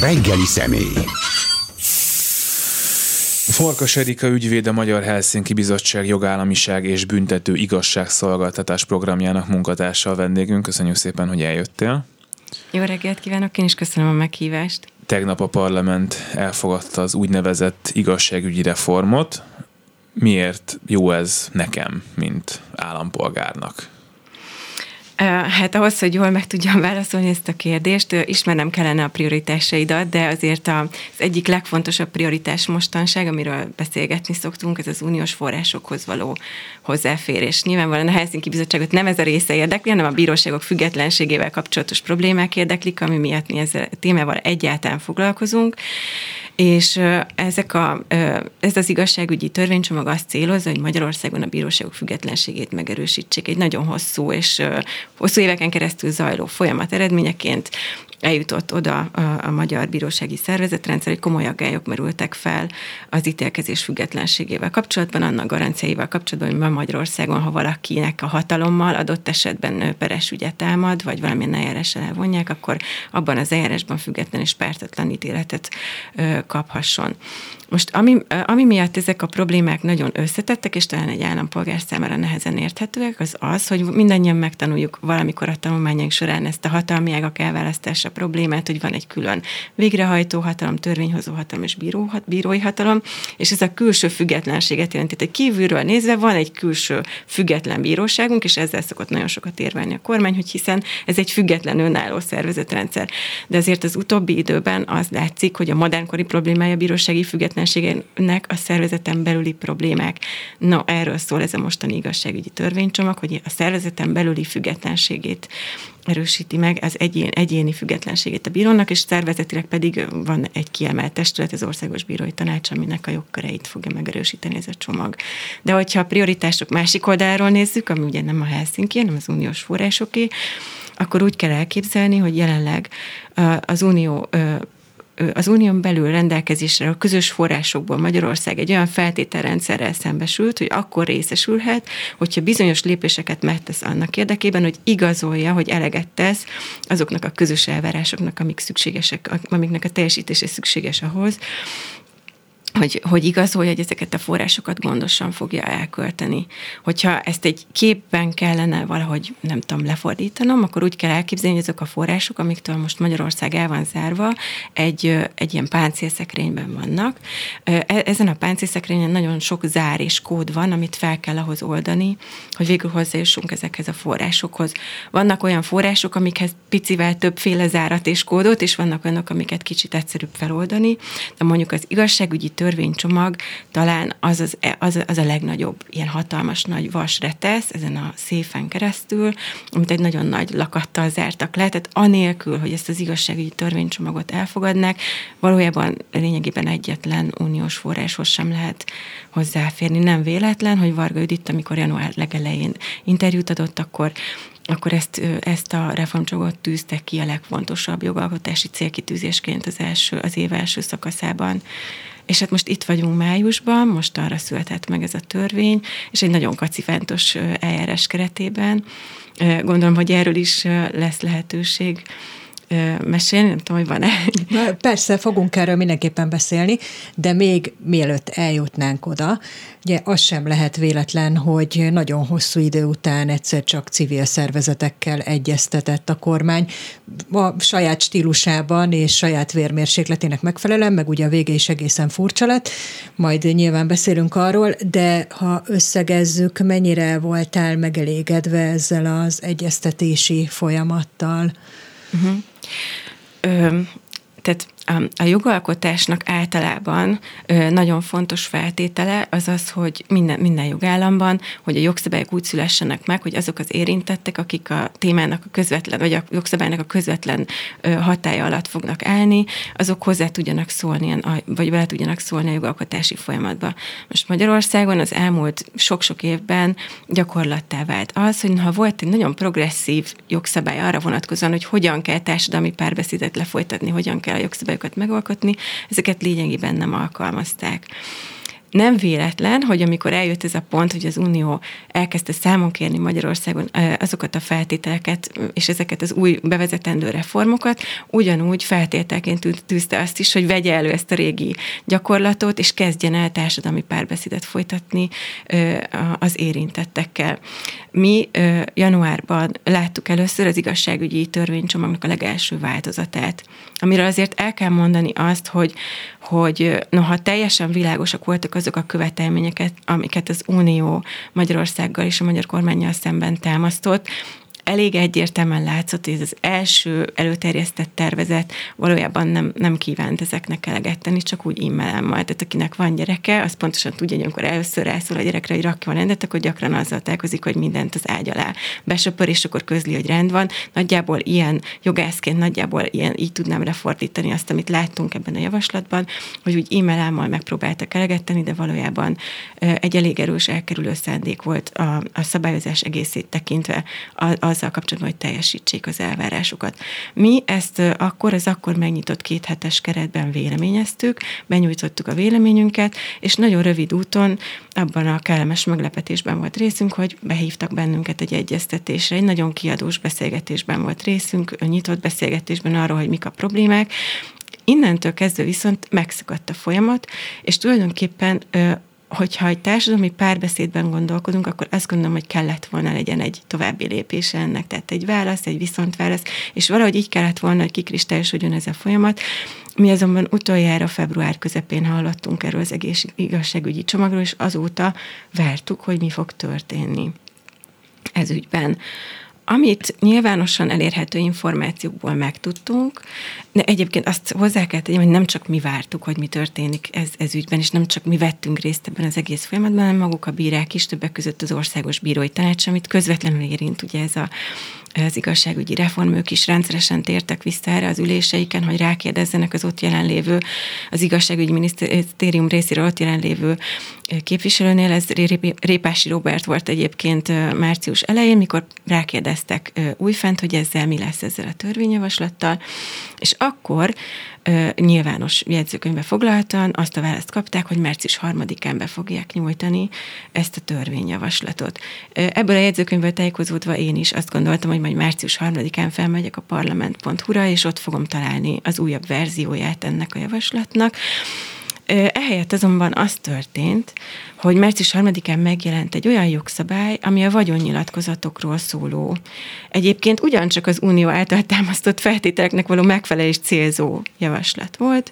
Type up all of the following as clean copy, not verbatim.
Reggeli személy. Farkas Erika ügyvéd, a Magyar Helsinki Bizottság jogállamiság és büntető igazságszolgáltatás programjának munkatársa a vendégünk. Köszönjük szépen, hogy eljöttél. Jó reggelt kívánok, én is köszönöm a meghívást. Tegnap a parlament elfogadta az úgynevezett igazságügyi reformot. Miért jó ez nekem, mint állampolgárnak? Hát ahhoz, hogy jól meg tudjam válaszolni ezt a kérdést, ismernem kellene a prioritásaidat, de azért az egyik legfontosabb prioritás mostanság, amiről beszélgetni szoktunk, ez az uniós forrásokhoz való hozzáférés. Nyilvánvalóan a Helsinki Bizottságot nem ez a része érdekli, hanem a bíróságok függetlenségével kapcsolatos problémák érdeklik, ami miatt mi ezzel a témával egyáltalán foglalkozunk. És ez az igazságügyi törvénycsomag azt célozza, hogy Magyarországon a bíróságok függetlenségét megerősítsék. Egy nagyon hosszú és hosszú éveken keresztül zajló folyamat eredményeként eljutott oda a magyar bírósági szervezetrendszer, hogy komoly aggályok merültek fel az ítélkezés függetlenségével kapcsolatban, annak garanciáival kapcsolatban, hogy ma Magyarországon, ha valakinek a hatalommal adott esetben peres ügyet támad, vagy valamilyen eljárással elvonják, akkor abban az eljárásban független és pártatlan ítéletet kaphasson. Most ami miatt ezek a problémák nagyon összetettek, és talán egy állampolgár számára nehezen érthetőek, az, hogy mindannyian megtanuljuk valamikor a tanulmányaink során ezt a hatalmi ágak elválasztása problémát, hogy van egy külön végrehajtó hatalom, törvényhozó hatalom és bírói hatalom, és ez a külső függetlenséget jelenti. Tehát kívülről nézve van egy külső független bíróságunk, és ezzel szokott nagyon sokat érvelni a kormány, hogy hiszen ez egy független önálló szervezetrendszer. De azért az utóbbi időben az látszik, hogy a modernkori problémája a bírósági függetlenségének a szervezeten belüli problémák. Na, erről szól ez a mostani igazságügyi törvénycsomag, hogy a szervezeten belüli függetlenségét erősíti meg, az egyéni függetlenségét a bírónak, és szervezetileg pedig van egy kiemelt testület, az Országos Bírói Tanács, aminek a jogköreit fogja megerősíteni ez a csomag. De hogyha a prioritások másik oldaláról nézzük, ami ugye nem a Helsinki, hanem az uniós forrásoké, akkor úgy kell elképzelni, hogy jelenleg az unión belül rendelkezésre a közös forrásokból Magyarország egy olyan feltételrendszerrel szembesült, hogy akkor részesülhet, hogyha bizonyos lépéseket megtesz annak érdekében, hogy igazolja, hogy eleget tesz azoknak a közös elvárásoknak, amik szükségesek, amiknek a teljesítése szükséges ahhoz, hogy igazolja, hogy ezeket a forrásokat gondosan fogja elkölteni. Hogyha ezt egy képben kellene valahogy, nem tudom, lefordítanom, akkor úgy kell elképzelni, hogy azok a források, amiktől most Magyarország el van zárva, egy ilyen páncélszekrényben vannak. Ezen a páncélszekrényen nagyon sok zár és kód van, amit fel kell ahhoz oldani, hogy végül hozzájussunk ezekhez a forrásokhoz. Vannak olyan források, amikhez picivel többféle zárat és kódot, és vannak olyanok, amiket kicsit egyszerűbb feloldani, de mondjuk az igazságügyi törvénycsomag talán az a legnagyobb, ilyen hatalmas nagy vasretesz ezen a széfen keresztül, amit egy nagyon nagy lakattal zártak le, tehát anélkül, hogy ezt az igazságügyi törvénycsomagot elfogadnák, valójában lényegében egyetlen uniós forráshoz sem lehet hozzáférni. Nem véletlen, hogy Varga Judit, amikor január legelején interjút adott, akkor ezt a reformcsomagot tűzte ki a legfontosabb jogalkotási célkitűzésként az év első szakaszában. És hát most itt vagyunk májusban, most arra született meg ez a törvény, és egy nagyon kacifántos eljárás keretében. Gondolom, hogy erről is lesz lehetőség mesélni, nem tudom, hogy van-e. Persze, fogunk erről mindenképpen beszélni, de még mielőtt eljutnánk oda, ugye az sem lehet véletlen, hogy nagyon hosszú idő után egyszer csak civil szervezetekkel egyeztetett a kormány a saját stílusában és saját vérmérsékletének megfelelően, meg ugye a vége is egészen furcsa lett, majd nyilván beszélünk arról, de ha összegezzük, mennyire voltál megelégedve ezzel az egyeztetési folyamattal? Tehát a jogalkotásnak általában nagyon fontos feltétele az, hogy minden jogállamban, hogy a jogszabályok úgy szülessenek meg, hogy azok az érintettek, akik a témának a közvetlen, vagy a jogszabálynak a közvetlen hatálya alatt fognak állni, azok hozzá tudjanak szólni, vagy bele tudjanak szólni a jogalkotási folyamatba. Most Magyarországon az elmúlt sok-sok évben gyakorlattá vált az, hogy ha volt egy nagyon progresszív jogszabály arra vonatkozóan, hogy hogyan kell társadalmi párbeszédet lefolytatni, hogyan kell a jogszabályokat megalkotni, ezeket lényegében nem alkalmazták. Nem véletlen, hogy amikor eljött ez a pont, hogy az Unió elkezdte számon kérni Magyarországon azokat a feltételeket, és ezeket az új bevezetendő reformokat, ugyanúgy feltételként tűzte azt is, hogy vegye elő ezt a régi gyakorlatot, és kezdjen el társadalmi párbeszédet folytatni az érintettekkel. Mi januárban láttuk először az igazságügyi törvénycsomagnak a legelső változatát, amiről azért el kell mondani azt, hogy noha teljesen világosak voltak azok a követelményeket, amiket az Unió Magyarországgal és a magyar kormánnyal szemben támasztott, elég egyértelműen látszott, hogy ez az első előterjesztett tervezet valójában nem kívánt ezeknek eleget tenni, csak úgy immelámmal. Tehát akinek van gyereke, az pontosan tudja, hogy amikor először rászól a gyerekre, hogy rakja a rendet, akkor gyakran azzal találkozik, hogy mindent az ágy alá besöpör, és akkor közli, hogy rend van. Nagyjából ilyen jogászként, nagyjából így tudnám lefordítani azt, amit láttunk ebben a javaslatban, hogy úgy immelámmal megpróbáltak eleget tenni, de valójában egy elég erős elkerülő szándék volt a szabályozás egészét tekintve azzal kapcsolatban, hogy teljesítsék az elvárásokat. Mi ezt az akkor megnyitott 2 hetes keretben véleményeztük, benyújtottuk a véleményünket, és nagyon rövid úton abban a kellemes meglepetésben volt részünk, hogy behívtak bennünket egy egyeztetésre. Egy nagyon kiadós beszélgetésben volt részünk, nyitott beszélgetésben arról, hogy mik a problémák. Innentől kezdve viszont megszakadt a folyamat, és tulajdonképpen hogyha egy társadalmi párbeszédben gondolkodunk, akkor azt gondolom, hogy kellett volna legyen egy további lépése ennek, tehát egy válasz, egy viszontválasz, és valahogy így kellett volna, hogy kikristályosodjon ez a folyamat. Mi azonban utoljára február közepén hallottunk erről az igazságügyi csomagról, és azóta vártuk, hogy mi fog történni ez ügyben. Amit nyilvánosan elérhető információkból megtudtunk, de egyébként azt hozzá kell tegyem, hogy nem csak mi vártuk, hogy mi történik ez ügyben, és nem csak mi vettünk részt ebben az egész folyamatban, hanem maguk a bírák is, többek között az Országos Bírói Tanács, amit közvetlenül érint ugye az igazságügyi reform, ők is rendszeresen tértek vissza erre az üléseiken, hogy rákérdezzenek az ott jelenlévő, az igazságügyi minisztérium részéről ott jelenlévő képviselőnél. Ez Répási Róbert volt egyébként március elején, mikor rákérdeztek újfent, hogy ezzel mi lesz ezzel a törvényjavaslattal, és akkor nyilvános jegyzőkönyvbe foglaltan azt a választ kapták, hogy március 3-án be fogják nyújtani ezt a törvényjavaslatot. Ebből a jegyzőkönyvből tájékozódva én is azt gondoltam, hogy majd március 3-án felmegyek a parlament.hu-ra, és ott fogom találni az újabb verzióját ennek a javaslatnak. Ehelyett azonban az történt, hogy március 3-án megjelent egy olyan jogszabály, ami a vagyonnyilatkozatokról szóló. Egyébként ugyancsak az Unió által támasztott feltételeknek való megfelelés célzó javaslat volt,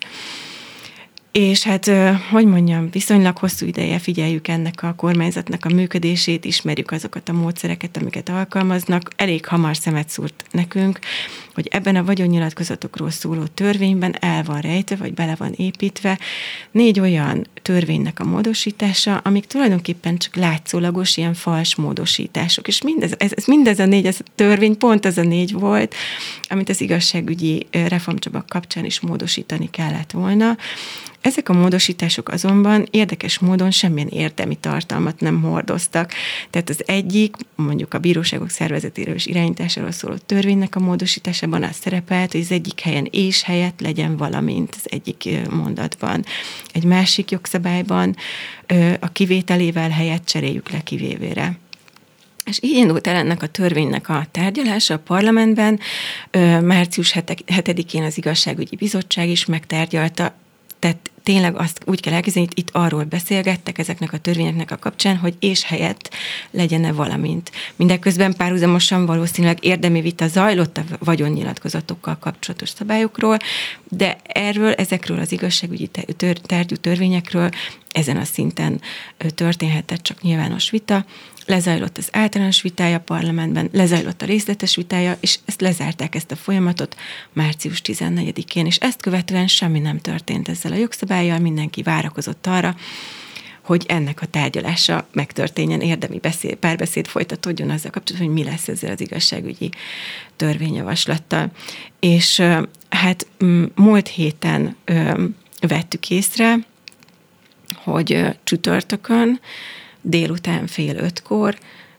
és hát, hogy mondjam, viszonylag hosszú ideje figyeljük ennek a kormányzatnak a működését, ismerjük azokat a módszereket, amiket alkalmaznak. Elég hamar szemet szúrt nekünk, hogy ebben a vagyonnyilatkozatokról szóló törvényben el van rejtve, vagy bele van építve 4 olyan törvénynek a módosítása, amik tulajdonképpen csak látszólagos, ilyen fals módosítások. És mindez a 4 törvény pont az a 4 volt, amit az igazságügyi reformcsomag kapcsán is módosítani kellett volna. Ezek a módosítások azonban érdekes módon semmilyen érdemi tartalmat nem hordoztak. Tehát az egyik, mondjuk a bíróságok szervezetéről és irányításáról szóló törvénynek a módosításában az szerepelt, hogy az egyik helyen és helyett legyen valamint az egyik mondatban. Egy másik jogszabályban a kivételével helyett cseréljük le kivévére. És így indult el ennek a törvénynek a tárgyalása a parlamentben. Március 7-én az Igazságügyi Bizottság is megtárgyalta. Tehát tényleg azt úgy kell elképzelni, hogy itt arról beszélgettek ezeknek a törvényeknek a kapcsán, hogy és helyett legyen-e valamint. Mindeközben párhuzamosan valószínűleg érdemi vita zajlott a vagyonnyilatkozatokkal kapcsolatos szabályokról, de ezekről az igazságügyi tárgyú törvényekről ezen a szinten történhetett csak nyilvános vita. Lezajlott az általános vitája a parlamentben, lezajlott a részletes vitája, és lezárták ezt a folyamatot március 14-én, és ezt követően semmi nem történt ezzel a jogszabállyal, mindenki várakozott arra, hogy ennek a tárgyalása megtörténjen, érdemi párbeszéd folytatódjon azzal kapcsolatban, hogy mi lesz ezzel az igazságügyi törvényjavaslattal. És hát múlt héten vettük észre, hogy csütörtökön délután 4:30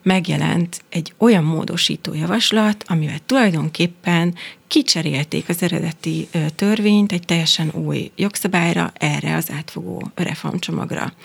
megjelent egy olyan módosító javaslat, amivel tulajdonképpen kicserélték az eredeti törvényt egy teljesen új jogszabályra, erre az átfogó reformcsomagra.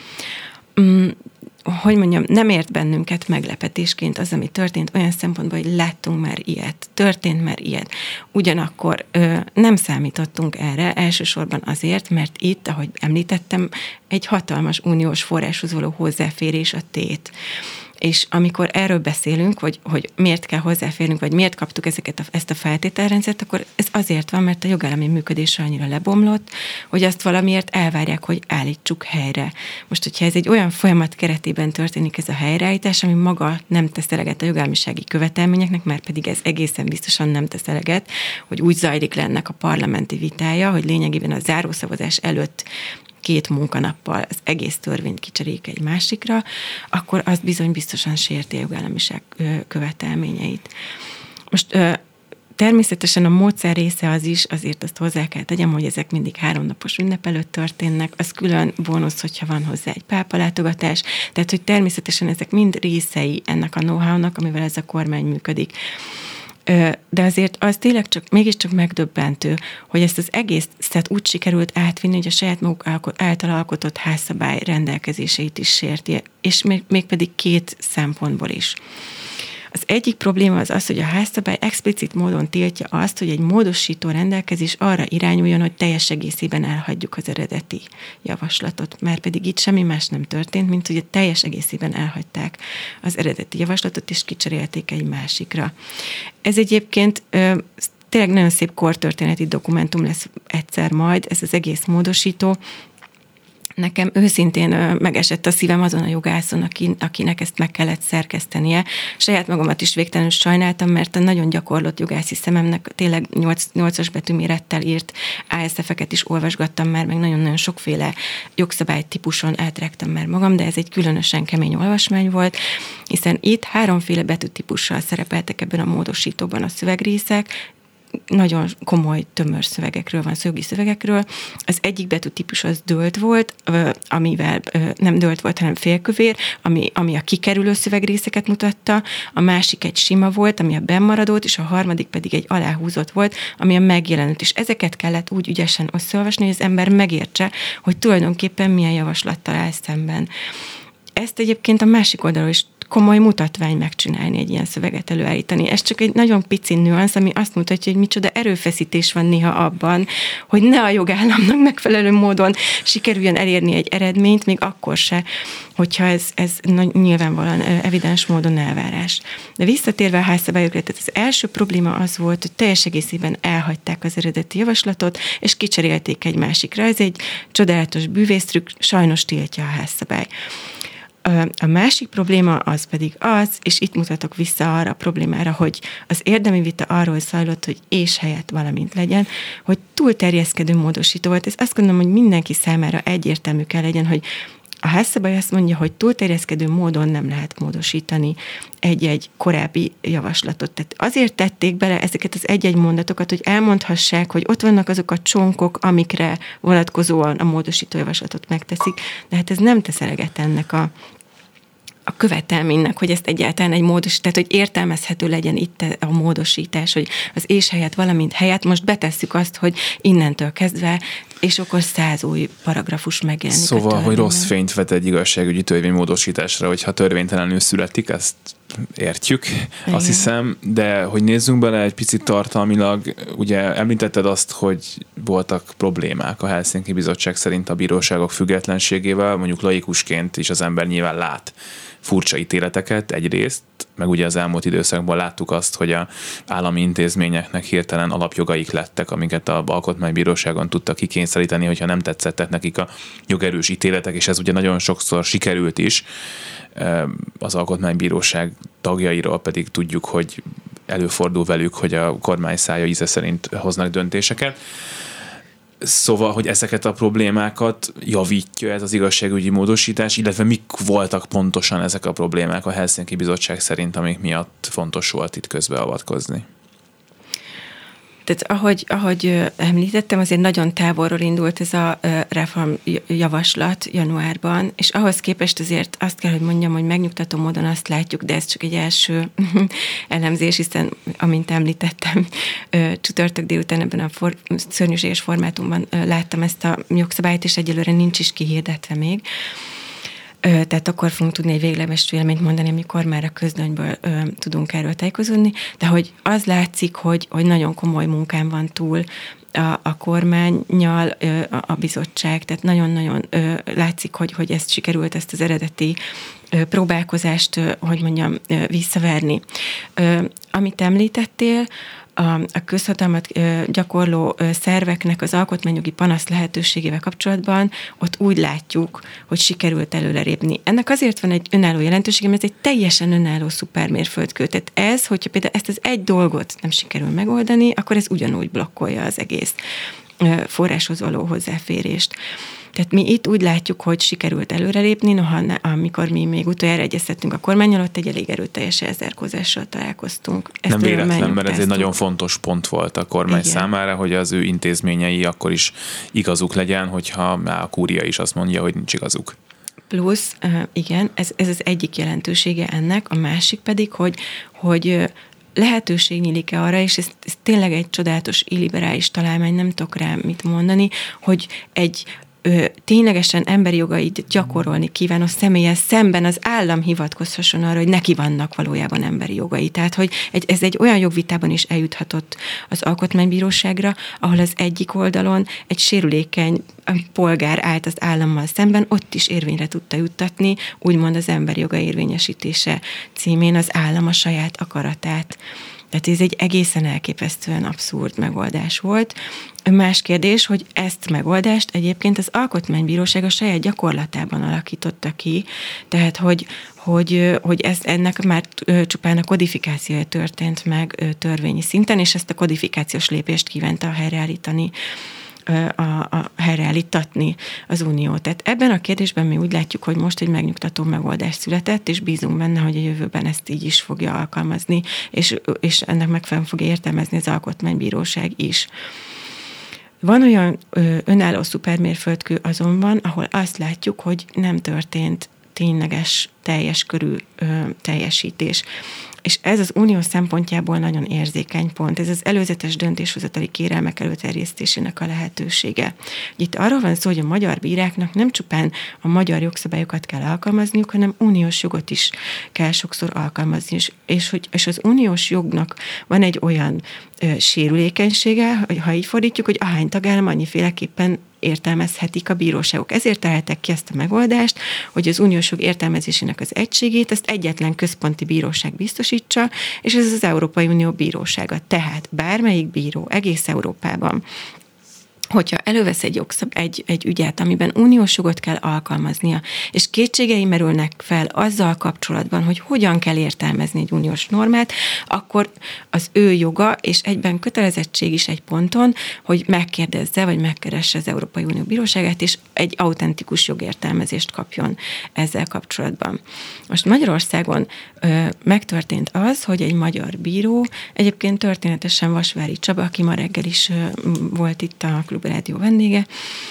Hogy mondjam, nem ért bennünket meglepetésként az, ami történt, olyan szempontból, hogy láttunk már ilyet, történt már ilyet. Ugyanakkor nem számítottunk erre, elsősorban azért, mert itt, ahogy említettem, egy hatalmas uniós forráshoz való hozzáférés a tét. És amikor erről beszélünk, hogy miért kell hozzáférnünk, vagy miért kaptuk ezt a feltételrendszert, akkor ez azért van, mert a jogállami működés annyira lebomlott, hogy azt valamiért elvárják, hogy állítsuk helyre. Most, hogyha ez egy olyan folyamat keretében történik ez a helyreállítás, ami maga nem tesz eleget a jogállamisági követelményeknek, már pedig ez egészen biztosan nem tesz eleget, hogy úgy zajlik le ennek a parlamenti vitája, hogy lényegében a zárószavazás előtt 2 munkanappal az egész törvényt kicseréljük egy másikra, akkor az biztosan sérti a jogállamiság követelményeit. Most természetesen a módszer része az is, azért azt hozzá kell tegyem, hogy ezek mindig 3 napos ünnep előtt történnek, az külön bónusz, hogyha van hozzá egy pápalátogatás, tehát hogy természetesen ezek mind részei ennek a know-how-nak, amivel ez a kormány működik. De azért az tényleg mégiscsak megdöbbentő, hogy ezt az egészet úgy sikerült átvinni, hogy a saját maguk által alkotott házszabály rendelkezéseit is sérti, és mégpedig 2 szempontból is. Az egyik probléma az, hogy a házszabály explicit módon tiltja azt, hogy egy módosító rendelkezés arra irányuljon, hogy teljes egészében elhagyjuk az eredeti javaslatot. Már pedig itt semmi más nem történt, mint hogy teljes egészében elhagyták az eredeti javaslatot, és kicserélték egy másikra. Ez egyébként tényleg nagyon szép kortörténeti dokumentum lesz egyszer majd, ez az egész módosító. Nekem őszintén megesett a szívem azon a jogászon, akinek ezt meg kellett szerkesztenie. Saját magamat is végtelenül sajnáltam, mert a nagyon gyakorlott jogászi szememnek tényleg 8-as betűmérettel írt ASF-eket is olvasgattam már, meg nagyon-nagyon sokféle jogszabálytípuson átrágtam már magam, de ez egy különösen kemény olvasmány volt, hiszen itt 3 betűtípussal szerepeltek ebben a módosítóban a szövegrészek, nagyon komoly, tömör szövegekről van, jogi szövegekről. Az egyik betűtípus az dőlt volt, amivel nem dőlt volt, hanem félkövér, ami a kikerülő szövegrészeket mutatta, a másik egy sima volt, ami a bennmaradót, és a harmadik pedig egy aláhúzott volt, ami a megjelenőt. És ezeket kellett úgy ügyesen összeolvasni, hogy az ember megértse, hogy tulajdonképpen milyen javaslattal áll szemben. Ezt egyébként a másik oldalról is komoly mutatvány megcsinálni, egy ilyen szöveget előállítani. Ez csak egy nagyon pici nüansz, ami azt mutatja, hogy micsoda erőfeszítés van néha abban, hogy ne a jogállamnak megfelelő módon sikerüljön elérni egy eredményt, még akkor se, hogyha ez nyilvánvalóan evidens módon elvárás. De visszatérve a házszabályokra, tehát az első probléma az volt, hogy teljes egészében elhagyták az eredeti javaslatot, és kicserélték egy másikra. Ez egy csodálatos bűvésztrükk, sajnos tiltja a házszabály. A másik probléma az pedig az, és itt mutatok vissza arra a problémára, hogy az érdemi vita arról zajlott, hogy és helyett valamint legyen, hogy túlterjeszkedő módosító volt. Ez azt gondolom, hogy mindenki számára egyértelmű kell legyen, hogy a házszabály azt mondja, hogy túlterjeszkedő módon nem lehet módosítani egy-egy korábbi javaslatot. Tehát azért tették bele ezeket az egy-egy mondatokat, hogy elmondhassák, hogy ott vannak azok a csonkok, amikre vonatkozóan a módosító javaslatot megteszik, de hát ez nem tesz eleget ennek a követelménynek, hogy ezt egyáltalán egy módosítás, tehát hogy értelmezhető legyen itt a módosítás, hogy az és helyett valamint helyett most betesszük azt, hogy innentől kezdve, és akkor 100 új paragrafus megjelenik. Szóval, hogy rossz fényt vet egy igazságügyi törvény módosításra, hogyha törvénytelenül születik, ezt értjük, igen. Azt hiszem, de hogy nézzünk bele egy picit tartalmilag, ugye említetted azt, hogy voltak problémák a Helsinki Bizottság szerint a bíróságok függetlenségével, mondjuk laikusként is az ember nyilván lát furcsa ítéleteket egyrészt, meg ugye az elmúlt időszakban láttuk azt, hogy az állami intézményeknek hirtelen alapjogaik lettek, amiket az alkotmánybíróságon tudtak kikényszeríteni, hogyha nem tetszettek nekik a jogerős ítéletek, és ez ugye nagyon sokszor sikerült is. Az alkotmánybíróság tagjairól pedig tudjuk, hogy előfordul velük, hogy a kormány szája íze szerint hoznak döntéseket. Szóval, hogy ezeket a problémákat javítja ez az igazságügyi módosítás, illetve mik voltak pontosan ezek a problémák a Helsinki Bizottság szerint, amik miatt fontos volt itt közbeavatkozni? Tehát ahogy említettem, azért nagyon távolról indult ez a reformjavaslat januárban, és ahhoz képest azért azt kell, hogy mondjam, hogy megnyugtató módon azt látjuk, de ez csak egy első elemzés, hiszen, amint említettem, csütörtök délután ebben a szörnyűséges formátumban láttam ezt a jogszabályt, és egyelőre nincs is kihirdetve még. Tehát akkor fogunk tudni egy végleges véleményt mondani, amikor már a közlönyből tudunk erről tájékozódni, de hogy az látszik, hogy nagyon komoly munkán van túl a kormánnyal a bizottság, tehát nagyon-nagyon látszik, hogy ezt sikerült, ezt az eredeti próbálkozást, hogy mondjam, visszaverni. Amit említettél, a közhatalmat gyakorló szerveknek az alkotmányjogi panasz lehetőségével kapcsolatban ott úgy látjuk, hogy sikerült előrelépni. Ennek azért van egy önálló jelentősége, mert ez egy teljesen önálló szupermérföldkő. Tehát ez, hogyha például ezt az egy dolgot nem sikerül megoldani, akkor ez ugyanúgy blokkolja az egész forráshoz való hozzáférést. Tehát mi itt úgy látjuk, hogy sikerült előrelépni, noha amikor mi még utoljára egyeztettünk a kormánnyal, ott egy elég erőteljes elzárkózással találkoztunk. Nem véletlen, mert ez egy nagyon fontos pont volt a kormány Igen. számára, hogy az ő intézményei akkor is igazuk legyen, hogyha a kúria is azt mondja, hogy nincs igazuk. Plusz, igen, ez az egyik jelentősége ennek, a másik pedig, hogy lehetőség nyílik-e arra, és ez tényleg egy csodálatos illiberális találmány, nem tudok rá mit mondani, hogy egy ténylegesen emberi jogait gyakorolni kívánó személlyel szemben az állam hivatkozhasson arra, hogy neki vannak valójában emberi jogai. Tehát, hogy ez egy olyan jogvitában is eljuthatott az Alkotmánybíróságra, ahol az egyik oldalon egy sérülékeny polgár állt az állammal szemben, ott is érvényre tudta juttatni, úgymond az emberi joga érvényesítése címén az állam a saját akaratát. Tehát ez egy egészen elképesztően abszurd megoldás volt. Más kérdés, hogy ezt megoldást egyébként az Alkotmánybíróság a saját gyakorlatában alakította ki, tehát hogy ennek már csupán a kodifikációja történt meg törvényi szinten, és ezt a kodifikációs lépést kívánta helyreállítatni az Unió. Tehát ebben a kérdésben mi úgy látjuk, hogy most egy megnyugtató megoldás született, és bízunk benne, hogy a jövőben ezt így is fogja alkalmazni, és ennek megfelelően fogja értelmezni az Alkotmánybíróság is. Van olyan önálló szupermérföldkő azonban, ahol azt látjuk, hogy nem történt tényleges, teljes körű teljesítés. És ez az unió szempontjából nagyon érzékeny pont. Ez az előzetes döntéshozatali kérelmek előterjesztésének a lehetősége. Itt arról van szó, hogy a magyar bíráknak nem csupán a magyar jogszabályokat kell alkalmazniuk, hanem uniós jogot is kell sokszor alkalmazni. És az uniós jognak van egy olyan sérülékenysége, hogy ha így fordítjuk, hogy ahány tagállam annyiféleképpen értelmezhetik a bíróságok. Ezért találták ki ezt a megoldást, hogy az uniós jog értelmezésének az egységét ezt egyetlen központi bíróság biztosítsa, és ez az Európai Unió bírósága. Tehát bármelyik bíró egész Európában, hogyha elővesz egy ügyet, amiben uniós jogot kell alkalmaznia, és kétségei merülnek fel azzal kapcsolatban, hogy hogyan kell értelmezni egy uniós normát, akkor az ő joga, és egyben kötelezettség is egy ponton, hogy megkérdezze, vagy megkeresse az Európai Unió bíróságát, és egy autentikus jogértelmezést kapjon ezzel kapcsolatban. Most Magyarországon megtörtént az, hogy egy magyar bíró, egyébként történetesen Vasvári Csaba, aki ma reggel is volt itt a Klubrádió vendége,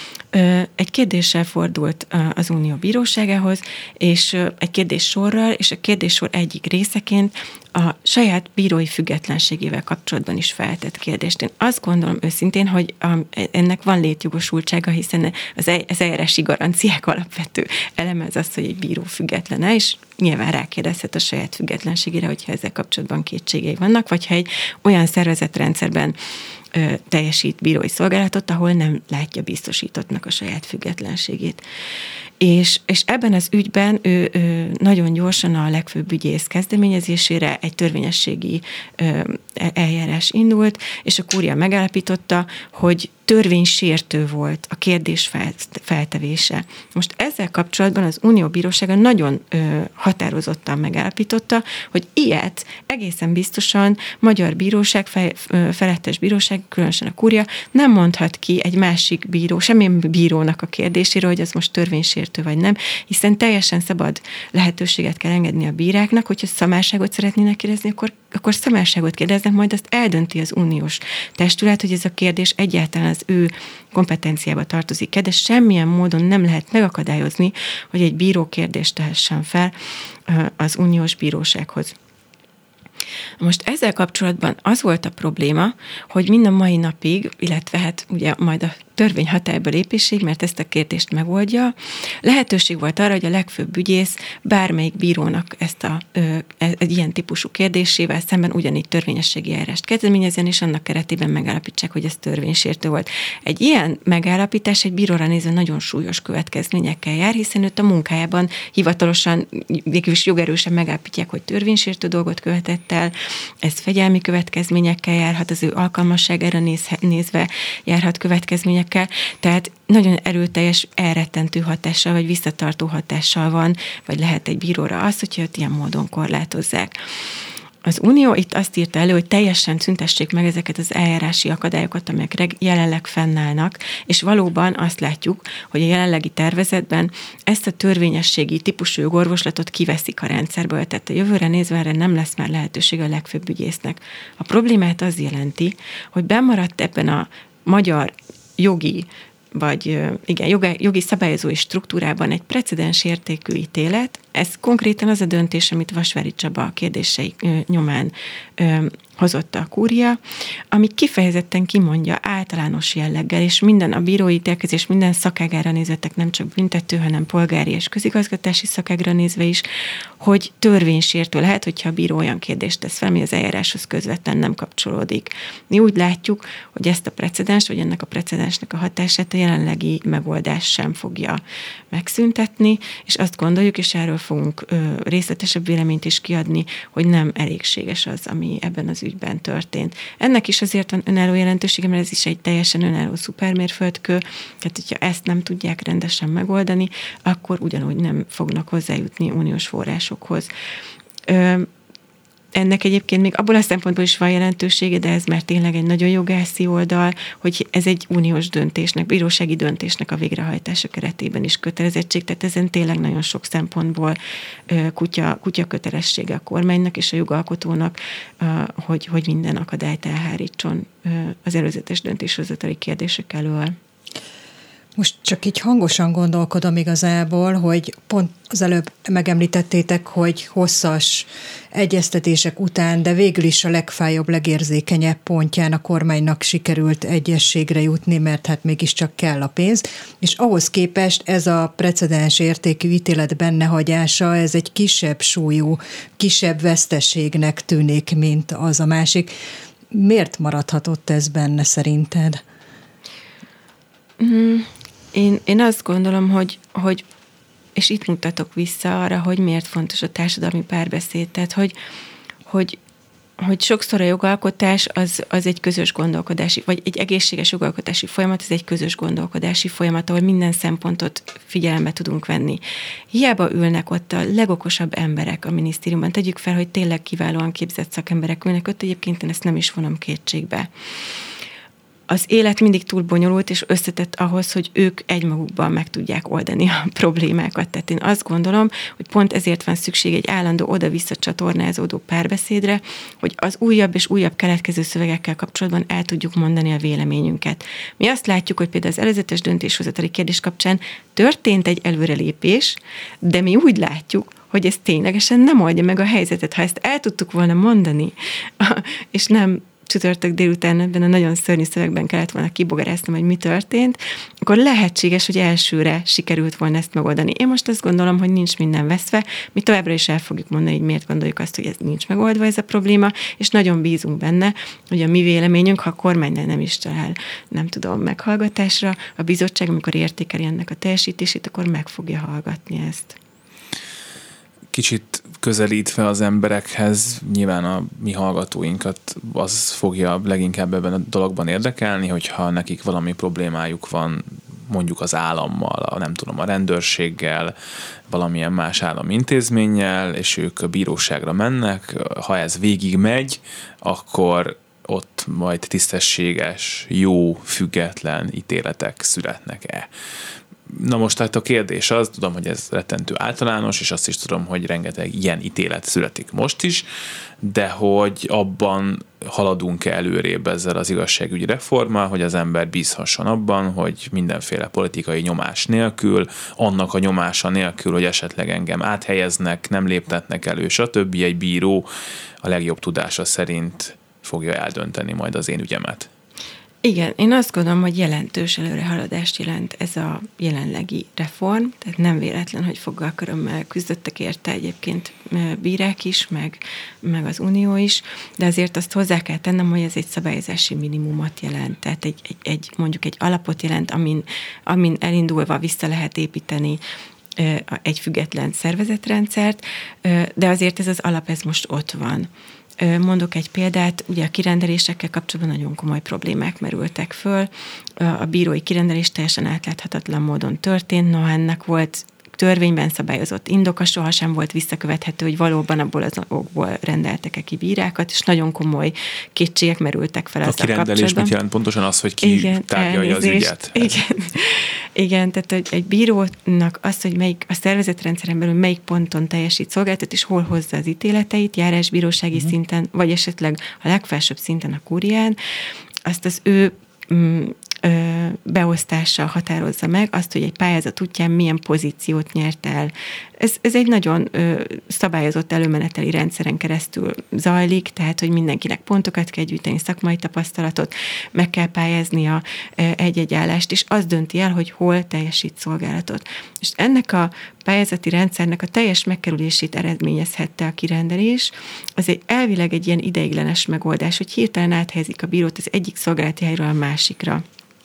egy kérdéssel fordult az Unió bíróságához, és egy kérdéssorral, és a kérdéssor egyik részeként a saját bírói függetlenségével kapcsolatban is feltett kérdést. Én azt gondolom őszintén, hogy ennek van létjogosultsága, hiszen az eljárási garanciák alapvető eleme az, hogy egy bíró függetlene, és nyilván rákérdezhet a saját függetlenségére, hogyha ezzel kapcsolatban kétségei vannak, vagy ha egy olyan szervezetrendszerben teljesít bírói szolgálatot, ahol nem látja biztosítottnak a saját függetlenségét. És ebben az ügyben ő nagyon gyorsan a legfőbb ügyész kezdeményezésére egy törvényességi eljárás indult, és a kúria megállapította, hogy törvénysértő volt a kérdés feltevése. Most ezzel kapcsolatban az Unió Bírósága nagyon határozottan megállapította, hogy ilyet egészen biztosan magyar bíróság, felettes bíróság, különösen a kúria nem mondhat ki egy másik bíró, semmilyen bírónak a kérdésére, hogy az most törvénysértő vagy nem, hiszen teljesen szabad lehetőséget kell engedni a bíráknak, hogyha szamárságot szeretnének érezni, akkor akkor személyiségot kérdeznek, majd azt eldönti az uniós testület, hogy ez a kérdés egyáltalán az ő kompetenciába tartozik-e, de semmilyen módon nem lehet megakadályozni, hogy egy bíró kérdést tehessen fel az uniós bírósághoz. Most ezzel kapcsolatban az volt a probléma, hogy mind a mai napig, illetve hát ugye majd a törvény hatályba lépésig, mert ezt a kérdést megoldja, lehetőség volt arra, hogy a legfőbb ügyész bármelyik bírónak egy ilyen típusú kérdésével szemben ugyanígy törvényességi eljárást kezdeményezzen, és annak keretében megállapítsák, hogy ez törvénysértő volt. Egy ilyen megállapítás egy bíróra nézve nagyon súlyos következményekkel jár, hiszen őt a munkájában hivatalosan, végülis jogerősen megállapítják, hogy törvénysértő dolgot követett el, ez fegyelmi következményekkel járhat, az ő alkalmasságára nézve járhat következményekkel, tehát nagyon erőteljes, elrettentő hatással, vagy visszatartó hatással van, vagy lehet egy bíróra az, hogyha őt ilyen módon korlátozzák. Az Unió itt azt írta elő, hogy teljesen szüntessék meg ezeket az eljárási akadályokat, amelyek jelenleg fennállnak, és valóban azt látjuk, hogy a jelenlegi tervezetben ezt a törvényességi típusú jogorvoslatot kiveszik a rendszerből, tehát a jövőre nézve erre nem lesz már lehetőség a legfőbb ügyésznek. A problémát az jelenti, hogy bemaradt ebben a magyar jogi szabályozói struktúrában egy precedens értékű ítélet. Ez konkrétan az a döntés, amit Vasvári Csaba a kérdései nyomán hozott a kúria, ami kifejezetten kimondja általános jelleggel, és minden a bírói ítélkezés minden szakágára nézvetek, nem csak büntető, hanem polgári és közigazgatási szakágra nézve is, hogy törvénysértő lehet, hogyha a bíró olyan kérdést tesz fel, ami az eljáráshoz közvetlen nem kapcsolódik. Mi úgy látjuk, hogy ezt a precedens, vagy ennek a precedensnek a hatását a jelenlegi megoldás sem fogja megszüntetni, és azt gondoljuk, és erről fogunk részletesebb véleményt is kiadni, hogy nem elégséges az, ami ebben az ügyben történt. Ennek is azért van önálló jelentősége, mert ez is egy teljesen önálló szupermérföldkő, tehát hogyha ezt nem tudják rendesen megoldani, akkor ugyanúgy nem fognak hozzájutni uniós forrásokhoz. Ennek egyébként még abból a szempontból is van jelentősége, de ez már tényleg egy nagyon jogászi oldal, hogy ez egy uniós döntésnek, bírósági döntésnek a végrehajtása keretében is kötelezettség, tehát ezen tényleg nagyon sok szempontból kutya kötelessége a kormánynak és a jogalkotónak, hogy minden akadályt elhárítson az előzetes döntéshozatali kérdések elől. Most csak így hangosan gondolkodom igazából, hogy pont az előbb megemlítettétek, hogy hosszas egyeztetések után, de végül is a legfájóbb, legérzékenyebb pontján a kormánynak sikerült egyességre jutni, mert hát mégiscsak kell a pénz, és ahhoz képest ez a precedens értékű ítélet bennehagyása, ez egy kisebb súlyú, kisebb veszteségnek tűnik, mint az a másik. Miért maradhatott ez benne szerinted? Én azt gondolom, hogy és itt mutatok vissza arra, hogy miért fontos a társadalmi párbeszéd, tehát hogy sokszor a jogalkotás az egy közös gondolkodási, vagy egy egészséges jogalkotási folyamat, ez egy közös gondolkodási folyamat, ahol minden szempontot figyelembe tudunk venni. Hiába ülnek ott a legokosabb emberek a minisztériumban, tegyük fel, hogy tényleg kiválóan képzett szakemberek ülnek ott, egyébként én ezt nem is vonom kétségbe. Az élet mindig túl bonyolult és összetett ahhoz, hogy ők egymagukban meg tudják oldani a problémákat. Tehát én azt gondolom, hogy pont ezért van szükség egy állandó oda-vissza csatornázódó párbeszédre, hogy az újabb és újabb keletkező szövegekkel kapcsolatban el tudjuk mondani a véleményünket. Mi azt látjuk, hogy például az előzetes döntéshozatali kérdés kapcsán történt egy előrelépés, de mi úgy látjuk, hogy ez ténylegesen nem oldja meg a helyzetet. Ha ezt el tudtuk volna mondani, és nem csütörtök délután ebben a nagyon szörnyű szövegben kellett volna kibogaráznom, hogy mi történt, akkor lehetséges, hogy elsőre sikerült volna ezt megoldani. Én most azt gondolom, hogy nincs minden veszve, mi továbbra is el fogjuk mondani, hogy miért gondoljuk azt, hogy ez nincs megoldva ez a probléma, és nagyon bízunk benne, hogy a mi véleményünk, ha a kormánynál nem is talál, nem tudom, meghallgatásra, a bizottság, amikor értékeli ennek a teljesítését, akkor meg fogja hallgatni ezt. Kicsit közelítve az emberekhez, nyilván a mi hallgatóinkat az fogja leginkább ebben a dologban érdekelni, hogyha nekik valami problémájuk van mondjuk az állammal, a rendőrséggel, valamilyen más államintézménnyel, és ők a bíróságra mennek, ha ez végig megy, akkor ott majd tisztességes, jó, független ítéletek születnek-e. Na most tehát a kérdés az, tudom, hogy ez rettentő általános, és azt is tudom, hogy rengeteg ilyen ítélet születik most is, de hogy abban haladunk előrébb ezzel az igazságügyi reformmal, hogy az ember bízhasson abban, hogy mindenféle politikai nyomás nélkül, annak a nyomása nélkül, hogy esetleg engem áthelyeznek, nem léptetnek elő, stb. Egy bíró a legjobb tudása szerint fogja eldönteni majd az én ügyemet. Igen, én azt gondolom, hogy jelentős előrehaladást jelent ez a jelenlegi reform, tehát nem véletlen, hogy foggalkörömmel küzdöttek érte egyébként bírák is, meg az Unió is, de azért azt hozzá kell tennem, hogy ez egy szabályozási minimumot jelent, tehát mondjuk egy alapot jelent, amin elindulva vissza lehet építeni egy független szervezetrendszert, de azért ez az alap, ez most ott van. Mondok egy példát, ugye a kirendelésekkel kapcsolatban nagyon komoly problémák merültek föl. A bírói kirendelés teljesen átláthatatlan módon történt, noha ennek volt törvényben szabályozott indoka, sohasem volt visszakövethető, hogy valóban abból az okból rendeltek-e ki bírákat, és nagyon komoly kétségek merültek fel ezzel kapcsolatban. A kirendelés mit jelent pontosan az, hogy ki tárgyalja az ügyet? Igen, tehát egy bírónak az, hogy melyik a szervezetrendszeren belül melyik ponton teljesít szolgáltat, és hol hozza az ítéleteit, járásbírósági szinten, vagy esetleg a legfelsőbb szinten a kúrián, azt az ő beosztással határozza meg azt, hogy egy pályázat útján milyen pozíciót nyert el. Ez egy nagyon szabályozott előmeneteli rendszeren keresztül zajlik, tehát, hogy mindenkinek pontokat kell gyűjteni, szakmai tapasztalatot, meg kell pályáznia egy-egy állást, és az dönti el, hogy hol teljesít szolgálatot. És ennek a pályázati rendszernek a teljes megkerülését eredményezhette a kirendelés. Az elvileg egy ilyen ideiglenes megoldás, hogy hirtelen áthelyezik a bírót az egyik szolgálati helyről a másikra.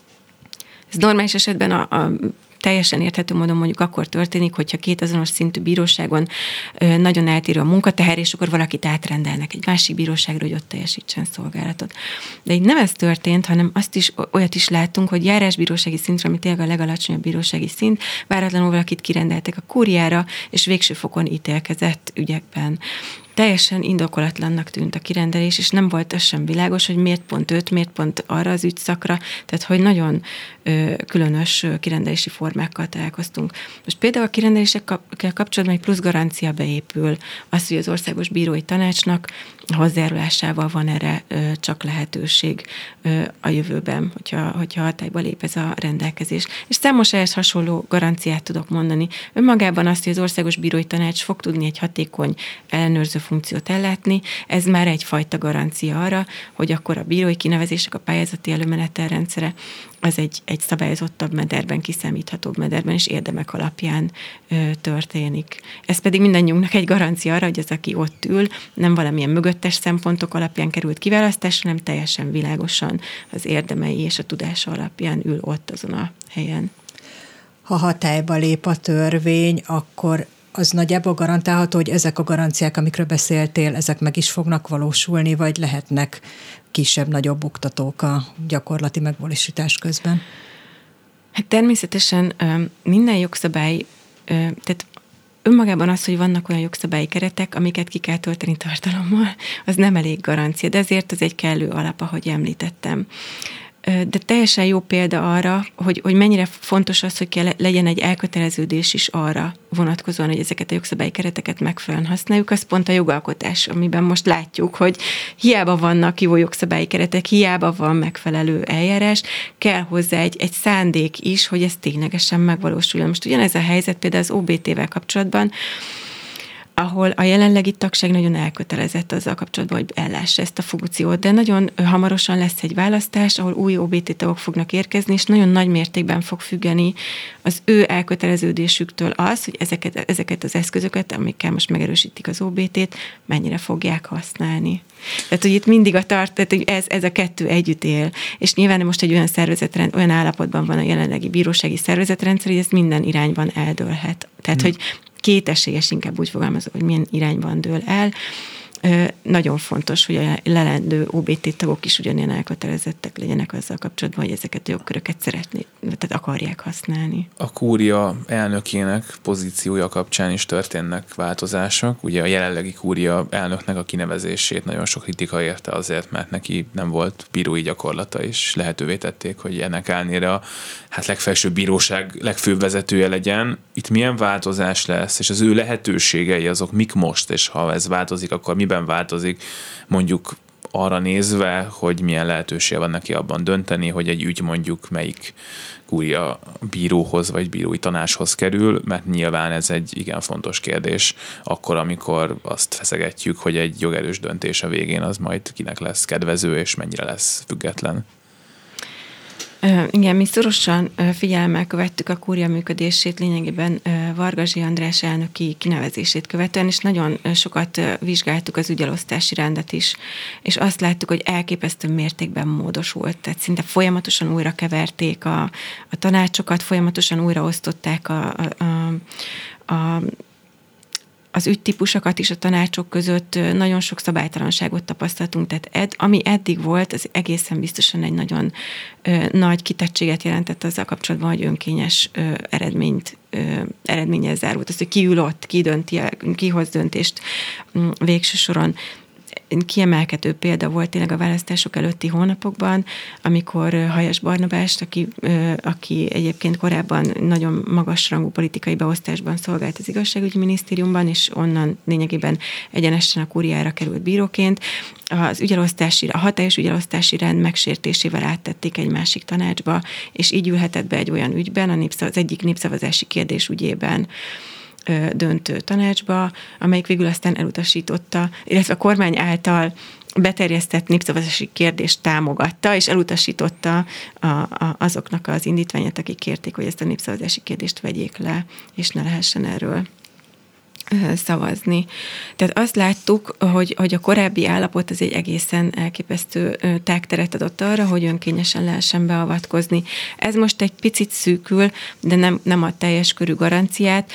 Ez normális esetben a teljesen érthető módon mondjuk akkor történik, hogyha két azonos szintű bíróságon nagyon eltérő a munkateher, és akkor valakit átrendelnek egy másik bíróságra, hogy ott teljesítsen szolgálatot. De így nem ez történt, hanem olyat is láttunk, hogy járásbírósági szintre, ami tényleg a legalacsonyabb bírósági szint, váratlanul valakit kirendeltek a kúriára, és végső fokon ítélkezett ügyekben. Teljesen indokolatlannak tűnt a kirendelés, és nem volt az sem világos, hogy miért pont őt, miért pont arra az ügyszakra, tehát hogy nagyon különös kirendelési formákkal találkoztunk. Most például a kirendelésekkel kapcsolatban egy plusz garancia beépül, az, hogy az Országos Bírói Tanácsnak hozzájárulásával van erre csak lehetőség a jövőben, hogyha hatályba lép ez a rendelkezés. És számos ehhez hasonló garanciát tudok mondani. Önmagában azt, hogy az Országos Bírói Tanács fog tudni egy hatékony ellenőrző funkciót ellátni, ez már egyfajta garancia arra, hogy akkor a bírói kinevezések, a pályázati előmenetel rendszere az egy szabályozottabb mederben, kiszámíthatóbb mederben és érdemek alapján történik. Ez pedig mindannyiunknak egy garancia arra, hogy az, aki ott ül, nem valamilyen mögöttes szempontok alapján került kiválasztásra, hanem teljesen világosan az érdemei és a tudása alapján ül ott azon a helyen. Ha hatályba lép a törvény, akkor az nagyjából garantálható, hogy ezek a garanciák, amikről beszéltél, ezek meg is fognak valósulni, vagy lehetnek kisebb-nagyobb buktatók a gyakorlati megvalósítás közben? Hát természetesen minden jogszabály, tehát önmagában az, hogy vannak olyan jogszabályi keretek, amiket ki kell tölteni tartalommal, az nem elég garancia, de ezért az egy kellő alap, ahogy említettem. De teljesen jó példa arra, hogy mennyire fontos az, hogy legyen egy elköteleződés is arra vonatkozóan, hogy ezeket a jogszabályi kereteket megfelelően használjuk, az pont a jogalkotás, amiben most látjuk, hogy hiába vannak jó jogszabályi keretek, hiába van megfelelő eljárás, kell hozzá egy szándék is, hogy ez ténylegesen megvalósuljon. Most ugyanez a helyzet például az OBT-vel kapcsolatban, ahol a jelenlegi tagság nagyon elkötelezett azzal kapcsolatban, hogy ellássa ezt a funkciót, de nagyon hamarosan lesz egy választás, ahol új OBT tagok fognak érkezni, és nagyon nagy mértékben fog függeni az ő elköteleződésüktől az, hogy ezeket az eszközöket, amikkel most megerősítik az OBT-t, mennyire fogják használni. Tehát, hogy itt mindig tehát, hogy ez a kettő együtt él. És nyilván most egy olyan állapotban van a jelenlegi bírósági szervezetrendszer, hogy ez minden irányban eldőlhet. Tehát, hogy kétesélyes, inkább úgy fogalmazom, hogy milyen irányban dől el. nagyon fontos, hogy a lelendő OBT tagok is ugyanilyen elkötelezettek legyenek azzal kapcsolatban, hogy ezeket a jogköröket tehát akarják használni. A kúria elnökének pozíciója kapcsán is történnek változások. Ugye a jelenlegi kúria elnöknek a kinevezését nagyon sok kritika érte azért, mert neki nem volt bírói gyakorlata, és lehetővé tették, hogy ennek ellenére a legfelsőbb bíróság legfőbb vezetője legyen. Itt milyen változás lesz, és az ő lehetőségei azok mik most, és ha ez változik, akkor miben változik, mondjuk arra nézve, hogy milyen lehetősége van neki abban dönteni, hogy egy ügy mondjuk melyik kúria bíróhoz vagy bírói tanácshoz kerül, mert nyilván ez egy igen fontos kérdés, akkor, amikor azt feszegetjük, hogy egy jogerős döntés a végén az majd kinek lesz kedvező, és mennyire lesz független. Igen, mi szorosan figyelemmel követtük a kúria működését, lényegében Vargazsi András elnöki kinevezését követően, és nagyon sokat vizsgáltuk az ügyelosztási rendet is, és azt láttuk, hogy elképesztő mértékben módosult, tehát szinte folyamatosan újra keverték a tanácsokat, folyamatosan újraosztották az ügytípusokat is a tanácsok között, nagyon sok szabálytalanságot tapasztaltunk, tehát ami eddig volt, az egészen biztosan egy nagyon nagy kitettséget jelentett azzal kapcsolatban, hogy önkényes eredménnyel zárult. Az, hogy ki ül ott, ki hoz döntést végső soron. Kiemelkedő példa volt tényleg a választások előtti hónapokban, amikor Hajas Barnabást, aki egyébként korábban nagyon magasrangú politikai beosztásban szolgált az igazságügyi minisztériumban, és onnan lényegében egyenesen a kúriára került bíróként, a hatályos ügyelosztási rend megsértésével áttették egy másik tanácsba, és így ülhetett be egy olyan ügyben, az egyik népszavazási kérdés ügyében döntő tanácsba, amelyik végül aztán elutasította, illetve a kormány által beterjesztett népszavazási kérdést támogatta, és elutasította azoknak az indítványát, akik kérték, hogy ezt a népszavazási kérdést vegyék le, és ne lehessen erről szavazni. Tehát azt láttuk, hogy a korábbi állapot az egy egészen elképesztő tágteret adott arra, hogy önkényesen lehessen beavatkozni. Ez most egy picit szűkül, de nem a teljes körű garanciát.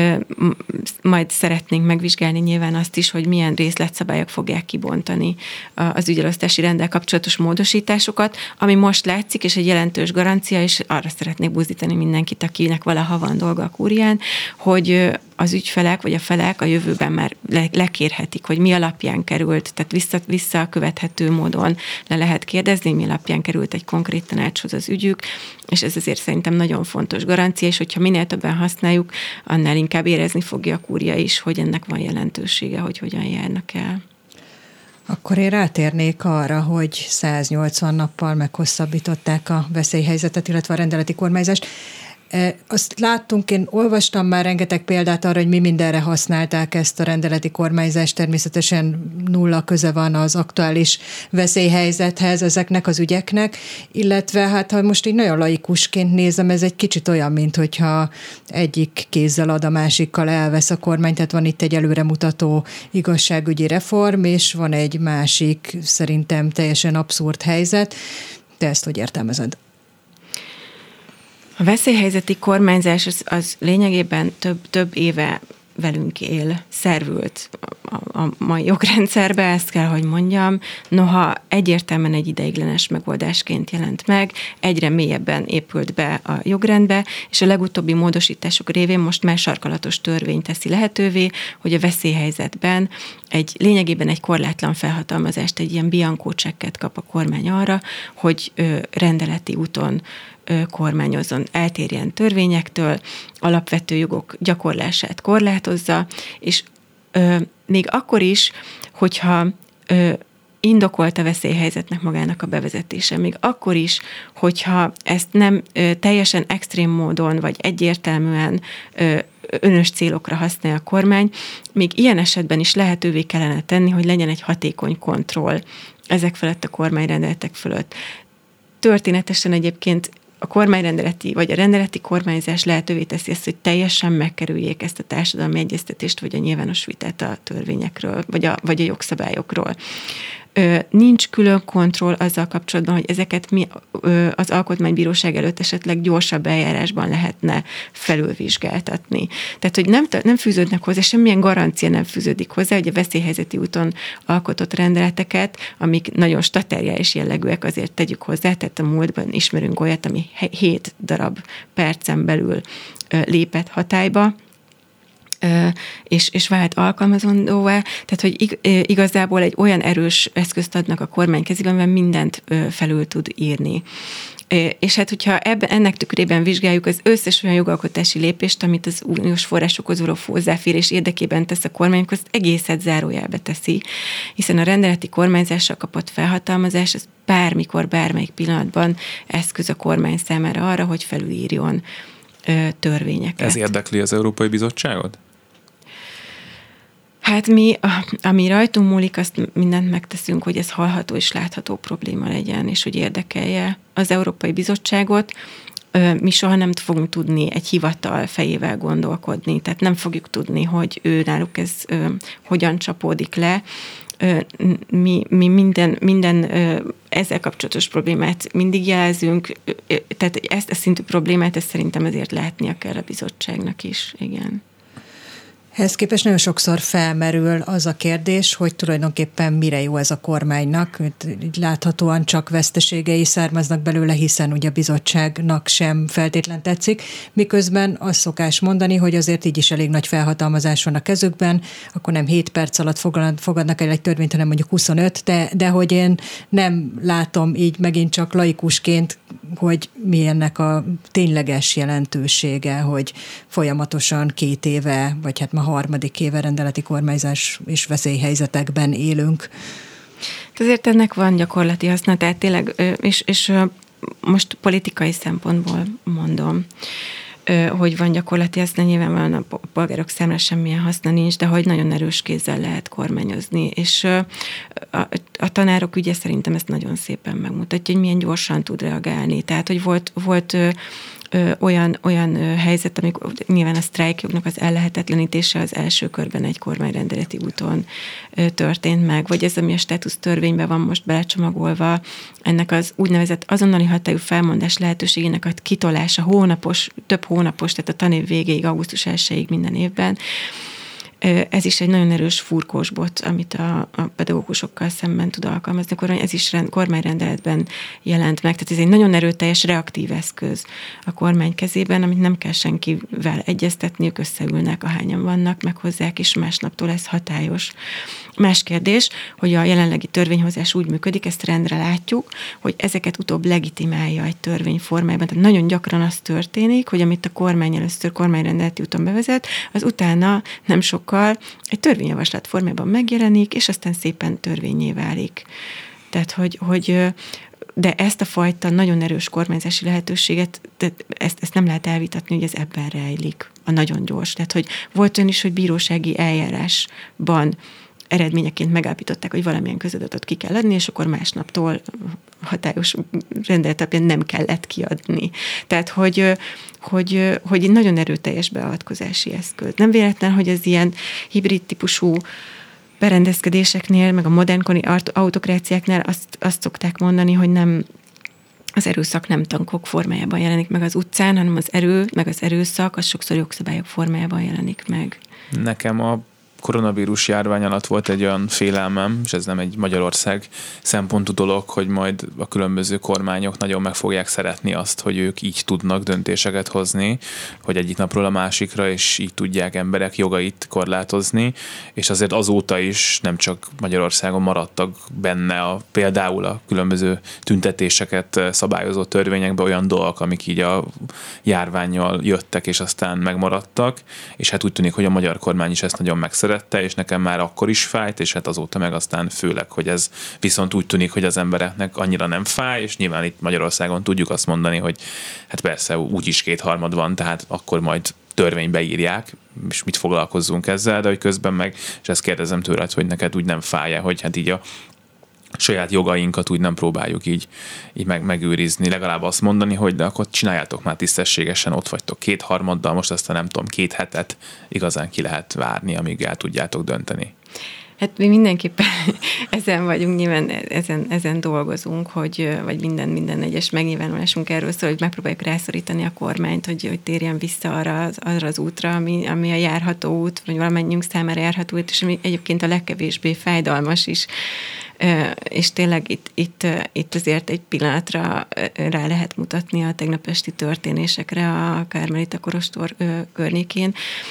Majd szeretnénk megvizsgálni nyilván azt is, hogy milyen részletszabályok fogják kibontani az ügyelosztási renddel kapcsolatos módosításokat, ami most látszik, és egy jelentős garancia, és arra szeretnék buzdítani mindenkit, akinek valaha van dolga a kúrián, hogy az ügyfelek vagy a felek a jövőben már lekérhetik, hogy mi alapján került, tehát visszakövethető módon le lehet kérdezni, mi alapján került egy konkrét tanácshoz az ügyük, és ez azért szerintem nagyon fontos garancia, és hogyha minél többen használjuk, annál inkább érezni fogja a kúria is, hogy ennek van jelentősége, hogy hogyan járnak el. Akkor én rátérnék arra, hogy 180 nappal meghosszabbították a veszélyhelyzetet, illetve a rendeleti kormányzást. Azt láttunk, én olvastam már rengeteg példát arra, hogy mi mindenre használták ezt a rendeleti kormányzást, természetesen nulla köze van az aktuális veszélyhelyzethez ezeknek az ügyeknek, illetve hát ha most így nagyon laikusként nézem, ez egy kicsit olyan, mint hogyha egyik kézzel ad, a másikkal elvesz a kormány, tehát van itt egy előremutató igazságügyi reform, és van egy másik, szerintem teljesen abszurd helyzet. Te ezt hogy értelmezed? A veszélyhelyzeti kormányzás az lényegében több éve velünk él, szervült a mai jogrendszerbe, ezt kell, hogy mondjam. Noha egyértelműen egy ideiglenes megoldásként jelent meg, egyre mélyebben épült be a jogrendbe, és a legutóbbi módosítások révén most már sarkalatos törvény teszi lehetővé, hogy a veszélyhelyzetben lényegében egy korlátlan felhatalmazást, egy ilyen bianco csekket kap a kormány arra, hogy rendeleti úton kormányozzon, eltérjen törvényektől, alapvető jogok gyakorlását korlátozza, és még akkor is, hogyha indokolt a veszélyhelyzetnek magának a bevezetése, még akkor is, hogyha ezt nem teljesen extrém módon, vagy egyértelműen önös célokra használja a kormány, még ilyen esetben is lehetővé kellene tenni, hogy legyen egy hatékony kontroll ezek felett a kormányrendeletek fölött. Történetesen egyébként a kormányrendeleti vagy a rendeleti kormányzás lehetővé teszi ezt, hogy teljesen megkerüljék ezt a társadalmi egyeztetést, vagy a nyilvános vitát a törvényekről, vagy a jogszabályokról. Nincs külön kontroll azzal kapcsolatban, hogy ezeket mi az Alkotmánybíróság előtt esetleg gyorsabb eljárásban lehetne felülvizsgáltatni. Tehát, hogy nem fűződnek hozzá, semmilyen garancia nem fűződik hozzá, hogy a veszélyhelyzeti úton alkotott rendeleteket, amik nagyon stateriális jellegűek, azért tegyük hozzá, tehát a múltban ismerünk olyat, ami 7 darab percen belül lépett hatályba, és vált alkalmazandóvá, tehát hogy igazából egy olyan erős eszközt adnak a kormány kezében, mert mindent felül tud írni. És hát, hogyha ennek tükrében vizsgáljuk az összes olyan jogalkotási lépést, amit az uniós forrásokhoz való hozzáférés érdekében tesz a kormány, azt egészet zárójelbe teszi, hiszen a rendeleti kormányzással kapott felhatalmazás, az bármikor, bármelyik pillanatban eszköz a kormány számára arra, hogy felülírjon törvényeket. Ez érdekli az Európai Bizottságot? Hát mi, ami rajtunk múlik, azt mindent megteszünk, hogy ez hallható és látható probléma legyen, és hogy érdekelje az Európai Bizottságot. Mi soha nem fogunk tudni egy hivatal fejével gondolkodni, tehát nem fogjuk tudni, hogy náluk ez hogyan csapódik le. Mi minden ezzel kapcsolatos problémát mindig jelzünk, tehát ezt a szintű problémát, ezt szerintem ezért látnia kell a bizottságnak is, igen. Ehhez képest nagyon sokszor felmerül az a kérdés, hogy tulajdonképpen mire jó ez a kormánynak. Így láthatóan csak veszteségei származnak belőle, hiszen ugye a bizottságnak sem feltétlen tetszik, miközben azt szokás mondani, hogy azért így is elég nagy felhatalmazás van a kezükben, akkor nem 7 perc alatt fogadnak el egy törvényt, hanem mondjuk 25, de hogy én nem látom így megint csak laikusként, hogy mi ennek a tényleges jelentősége, hogy folyamatosan 2 éve, vagy hát ma 3. éve rendeleti kormányzás és veszélyhelyzetekben élünk. Azért ennek van gyakorlati haszna, tehát tényleg, és most politikai szempontból mondom, hogy van gyakorlati haszna, nyilvánvalóan a polgárok számára semmilyen haszna nincs, de hogy nagyon erős kézzel lehet kormányozni, és a tanárok ügye szerintem ezt nagyon szépen megmutatja, hogy milyen gyorsan tud reagálni. Tehát, hogy volt olyan helyzet, amikor nyilván a sztrájkjognak az ellehetetlenítése az első körben egy kormányrendeleti úton történt meg, vagy ez, ami a státusz törvényben van most belecsomagolva, ennek az úgynevezett azonnali hatályú felmondás lehetőségének a kitolása több hónapos, tehát a tanév végéig, augusztus 1-ig minden évben. Ez is egy nagyon erős furkósbot, amit a pedagógusokkal szemben tud alkalmazni. Ez is kormányrendeletben jelent meg. Tehát ez egy nagyon erőteljes, reaktív eszköz a kormány kezében, amit nem kell senkivel egyeztetniük, összeülnek, ahányan vannak, meghozzák, és másnaptól ez hatályos. Más kérdés, hogy a jelenlegi törvényhozás úgy működik, ezt rendre látjuk, hogy ezeket utóbb legitimálja egy törvény formájában. Tehát nagyon gyakran az történik, hogy amit a kormány először kormányrendeleti úton bevezet, az utána nem sokkal egy törvényjavaslat formában megjelenik, és aztán szépen törvénnyé válik. Tehát, de ezt a fajta nagyon erős kormányzási lehetőséget, ezt nem lehet elvitatni, hogy ez ebben rejlik, a nagyon gyors. Tehát, hogy volt olyan is, hogy bírósági eljárásban eredményeként megállapították, hogy valamilyen közadatot ki kell adni, és akkor másnaptól hatályos rendelet alapján nem kellett kiadni. Tehát, hogy nagyon erőteljes beavatkozási eszköz. Nem véletlen, hogy az ilyen hibrid típusú berendezkedéseknél, meg a modernkori autokráciáknál azt szokták mondani, hogy az erőszak nem tankok formájában jelenik meg az utcán, hanem az erő, meg az erőszak, az sokszor jogszabályok formájában jelenik meg. Nekem a koronavírus járvány alatt volt egy olyan félelmem, és ez nem egy Magyarország szempontú dolog, hogy majd a különböző kormányok nagyon meg fogják szeretni azt, hogy ők így tudnak döntéseket hozni, hogy egyik napról a másikra, és így tudják emberek jogait korlátozni, és azért azóta is nem csak Magyarországon maradtak benne például a különböző tüntetéseket szabályozó törvényekben olyan dolgok, amik így a járvánnyal jöttek, és aztán megmaradtak, és hát úgy tűnik, hogy a magyar kormány is ezt nagyon megszerette, és nekem már akkor is fájt, és hát azóta meg aztán főleg, hogy ez viszont úgy tűnik, hogy az embereknek annyira nem fáj, és nyilván itt Magyarországon tudjuk azt mondani, hogy hát persze úgyis 2/3 van, tehát akkor majd törvénybe írják, és mit foglalkozzunk ezzel, de hogy közben meg, és ezt kérdezem tőled, hogy neked úgy nem fáj, hogy hát így a saját jogainkat úgy nem próbáljuk így megőrizni, legalább azt mondani, hogy de akkor csináljátok már tisztességesen, ott vagytok 2/3, most aztán nem tudom, 2 hetet igazán ki lehet várni, amíg el tudjátok dönteni. Hát mi mindenképpen ezen vagyunk, nyilván ezen dolgozunk, vagy minden egyes megnyilvánulásunk erről szól, hogy megpróbáljuk rászorítani a kormányt, hogy térjen vissza arra az útra, ami a járható út, vagy valamennyiünk számára járható út, és ami egyébként a legkevésbé fájdalmas is. És tényleg itt azért egy pillanatra rá lehet mutatni a tegnap esti történésekre a Kármelita Kolostor környékén,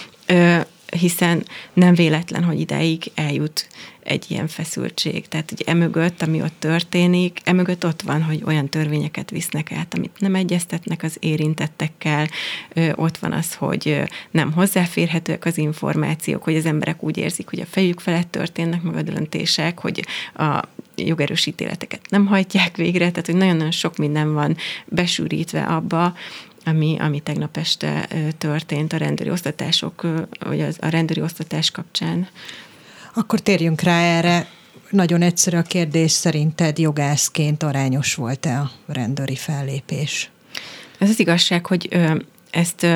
hiszen nem véletlen, hogy idáig eljut egy ilyen feszültség. Tehát, hogy emögött, ami ott történik, emögött ott van, hogy olyan törvényeket visznek át, amit nem egyeztetnek az érintettekkel, ott van az, hogy nem hozzáférhetőek az információk, hogy az emberek úgy érzik, hogy a fejük felett történnek meg a döntések, hogy a jogerős ítéleteket nem hajtják végre, tehát, hogy nagyon-nagyon sok minden van besűrítve abba, ami tegnap este történt a rendőri osztatások, vagy a rendőri osztatás kapcsán. Akkor térjünk rá erre. Nagyon egyszerű a kérdés, szerinted jogászként arányos volt-e a rendőri fellépés? Ez az igazság, hogy ezt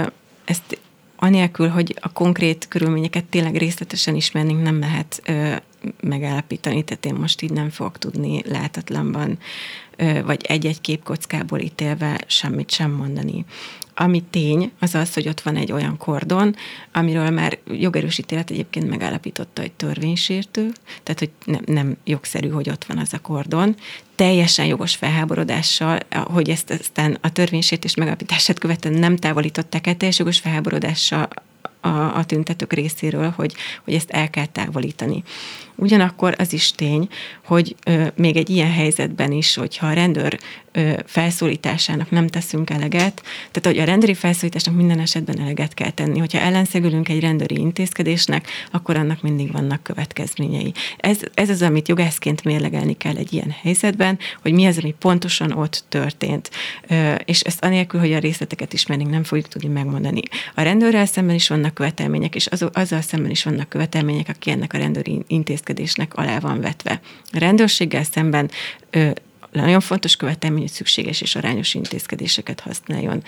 anélkül, hogy a konkrét körülményeket tényleg részletesen ismernénk, nem lehet megállapítani, tehát én most így nem fogok tudni látatlanban, vagy egy-egy képkockából ítélve semmit sem mondani. Ami tény, az az, hogy ott van egy olyan kordon, amiről már jogerős ítélet egyébként megállapította, hogy törvénysértő, tehát hogy nem jogszerű, hogy ott van az a kordon. Teljesen jogos felháborodással, hogy ezt aztán a törvénysértés megállapítását követően nem távolították el, teljes jogos felháborodással a tüntetők részéről, hogy ezt el kell távolítani. Ugyanakkor az is tény, hogy még egy ilyen helyzetben is, hogyha a rendőr felszólításának nem teszünk eleget, tehát hogy a rendőri felszólításnak minden esetben eleget kell tenni. Hogyha ellenszegülünk egy rendőri intézkedésnek, akkor annak mindig vannak következményei. Ez az, amit jogászként mérlegelni kell egy ilyen helyzetben, hogy mi az, ami pontosan ott történt. És ezt anélkül, hogy a részleteket ismernénk, nem fogjuk tudni megmondani. A rendőrrel szemben is vannak követelmények, és azzal szemben is vannak követelmények, aki ennek a rendőri intézkedésnek alá van vetve. A rendőrséggel szemben nagyon fontos követelmény, hogy szükséges és arányos intézkedéseket használjon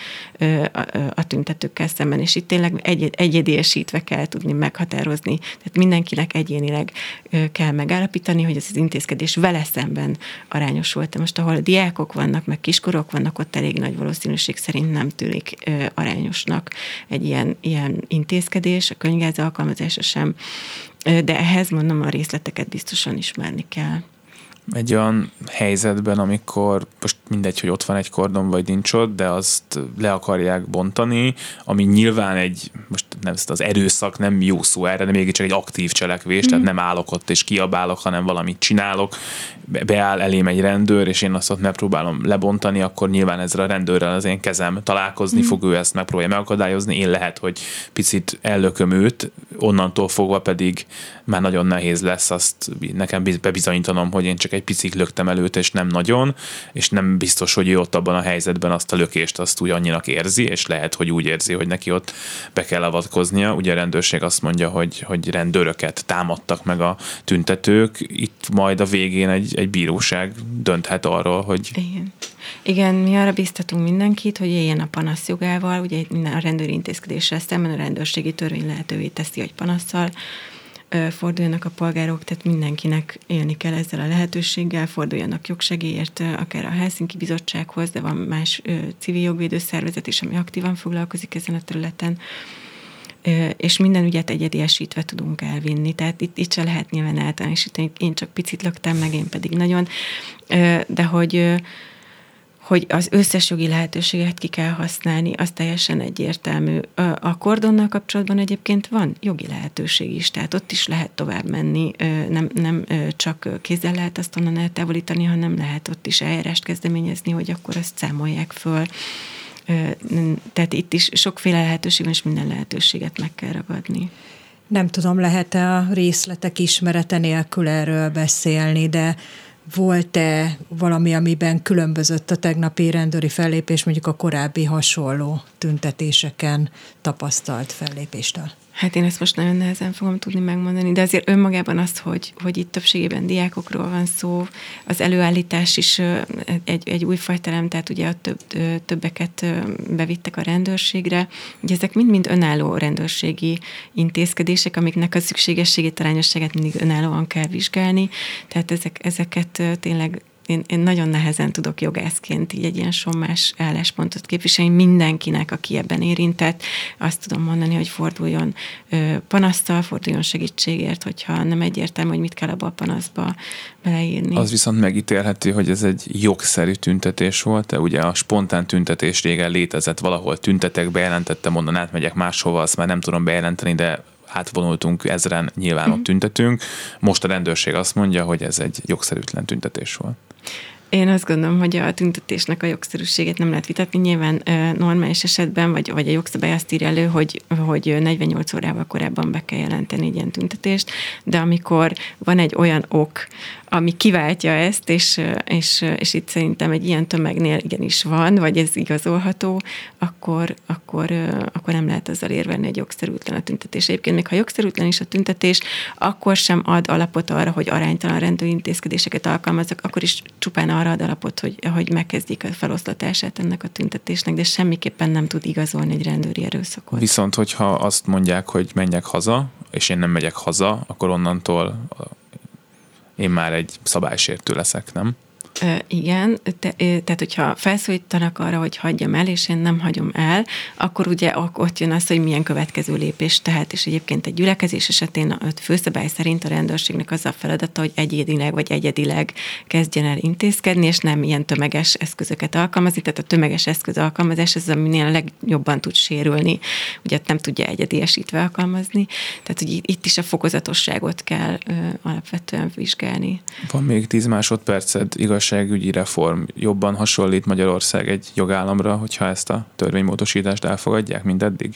a tüntetőkkel szemben, és itt tényleg egyediesítve kell tudni meghatározni, tehát mindenkinek egyénileg kell megállapítani, hogy ez az intézkedés vele szemben arányos volt. Most ahol diákok vannak, meg kiskorok vannak, ott elég nagy valószínűség szerint nem tűnik arányosnak egy ilyen intézkedés, a könyvgáz alkalmazása sem, de ehhez mondom, a részleteket biztosan ismerni kell. Egy olyan helyzetben, amikor most mindegy, hogy ott van egy kordon, vagy nincs ott, de azt le akarják bontani, ami nyilván most nem az erőszak, nem jó szó erre, de mégiscsak egy aktív cselekvés, tehát nem állok ott és kiabálok, hanem valamit csinálok, beáll elém egy rendőr, és én azt ott megpróbálom lebontani, akkor nyilván ezzel a rendőrrel az én kezem találkozni fog, ő ezt megpróbálja megakadályozni, én lehet, hogy picit ellököm őt, onnantól fogva pedig már nagyon nehéz lesz azt nekem bebizonyítanom, hogy én csak egy picit löktem előtt, és nem nagyon, és nem biztos, hogy ő ott abban a helyzetben azt a lökést azt úgy annyinak érzi, és lehet, hogy úgy érzi, hogy neki ott be kell avatkoznia. Ugye a rendőrség azt mondja, hogy rendőröket támadtak meg a tüntetők, itt majd a végén egy bíróság dönthet arról, hogy... Igen, mi arra biztatunk mindenkit, hogy éljen a panasz jogával, ugye minden a rendőri intézkedéssel szemben a rendőrségi törvény lehetővé teszi, hogy panasszal forduljanak a polgárok, tehát mindenkinek élni kell ezzel a lehetőséggel, forduljanak jogsegélyért, akár a Helsinki Bizottsághoz, de van más civil jogvédő szervezet is, ami aktívan foglalkozik ezen a területen, és minden ügyet egyediesítve tudunk elvinni. Tehát itt se lehet nyilván általánosítani, én csak picit löktem meg, én pedig nagyon, de hogy az összes jogi lehetőséget ki kell használni, az teljesen egyértelmű. A kordonnal kapcsolatban egyébként van jogi lehetőség is, tehát ott is lehet tovább menni, nem csak kézzel lehet azt onnan eltávolítani, hanem lehet ott is eljárást kezdeményezni, hogy akkor azt számolják föl. Tehát itt is sokféle lehetőség van, és minden lehetőséget meg kell ragadni. Nem tudom, lehet-e a részletek ismerete nélkül erről beszélni, de volt-e valami, amiben különbözött a tegnapi rendőri fellépés mondjuk a korábbi hasonló tüntetéseken tapasztalt fellépéstől? Hát én ezt most nagyon nehezen fogom tudni megmondani, de azért önmagában az, hogy itt többségében diákokról van szó, az előállítás is egy új fajta, tehát ugye a többeket bevittek a rendőrségre. Ugye ezek mind-mind önálló rendőrségi intézkedések, amiknek a szükségességét, arányosságát mindig önállóan kell vizsgálni, tehát ezeket tényleg én nagyon nehezen tudok jogászként így egy ilyen sommás álláspontot képviselni mindenkinek, aki ebben érintett. Azt tudom mondani, hogy forduljon panasztal, forduljon segítségért, hogyha nem egyértelmű, hogy mit kell abba a panaszba beleírni. Az viszont megítélhető, hogy ez egy jogszerű tüntetés volt, ugye a spontán tüntetés régen létezett, valahol tüntetek, bejelentettem, onnan átmegyek máshova, azt már nem tudom bejelenteni, de átvonultunk ezren, nyilván ott tüntetünk. Most a rendőrség azt mondja, hogy ez egy jogszerűtlen tüntetés volt. Én azt gondolom, hogy a tüntetésnek a jogszerűségét nem lehet vitatni. Nyilván normális esetben, vagy a jogszabály azt írja elő, hogy 48 órával korábban be kell jelenteni egy ilyen tüntetést, de amikor van egy olyan ok, ami kiváltja ezt, és itt szerintem egy ilyen tömegnél igenis van, vagy ez igazolható, akkor nem lehet azzal érvelni, hogy jogszerűtlen a tüntetés. Egyébként még ha jogszerűtlen is a tüntetés, akkor sem ad alapot arra, hogy aránytalan rendőri intézkedéseket alkalmazzak, akkor is csupán arra ad alapot, hogy megkezdik a feloszlatását ennek a tüntetésnek, de semmiképpen nem tud igazolni egy rendőri erőszakot. Viszont, hogyha azt mondják, hogy menjek haza, és én nem megyek haza, akkor onnantól én már egy szabálysértő leszek, nem? Igen, tehát hogyha felszólítanak arra, hogy hagyjam el, és én nem hagyom el, akkor ugye ott jön az, hogy milyen következő lépés tehet, és egyébként egy gyülekezés esetén a főszabály szerint a rendőrségnek az a feladata, hogy egyénileg vagy egyedileg kezdjen el intézkedni, és nem ilyen tömeges eszközöket alkalmazni, tehát a tömeges eszköz alkalmazás az, aminél a legjobban tud sérülni, ugye nem tudja egyediesítve alkalmazni, tehát hogy itt is a fokozatosságot kell alapvetően vizsgálni. Van még 10 másodperced, igazságügyi reform jobban hasonlít Magyarország egy jogállamra, hogyha ezt a törvénymódosítást elfogadják, mint eddig?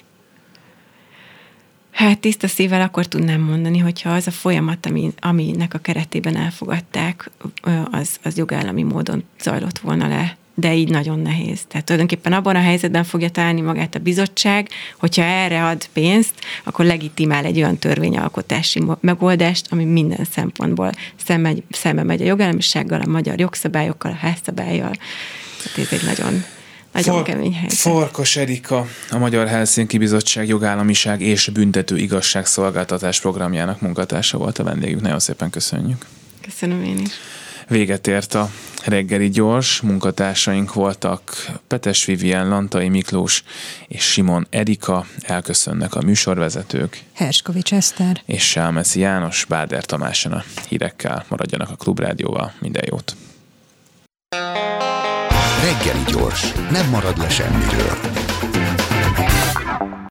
Hát tiszta szívvel akkor tudnám mondani, hogyha az a folyamat, aminek a keretében elfogadták, az jogállami módon zajlott volna le. De így nagyon nehéz. Tehát tulajdonképpen abban a helyzetben fogja találni magát a bizottság, hogyha erre ad pénzt, akkor legitimál egy olyan törvényalkotási megoldást, ami minden szempontból szembe megy a jogállamisággal, a magyar jogszabályokkal, a házszabállyal. Tehát ez egy nagyon kemény helyzet. Farkas Erika, a Magyar Helsinki Bizottság jogállamiság és büntető igazságszolgáltatás programjának munkatársa volt a vendégünk. Nagyon szépen köszönjük. Köszönöm én is. Véget ért a reggeli gyors, munkatársaink voltak Petes Vivien, Lantai Miklós és Simon Erika, elköszönnek a műsorvezetők. Herskovics Eszter és Selmeci János, Báder Tamáson a hírekkel. Maradjanak a Klubrádióval, minden jót! Reggeli gyors, nem marad le semmiről.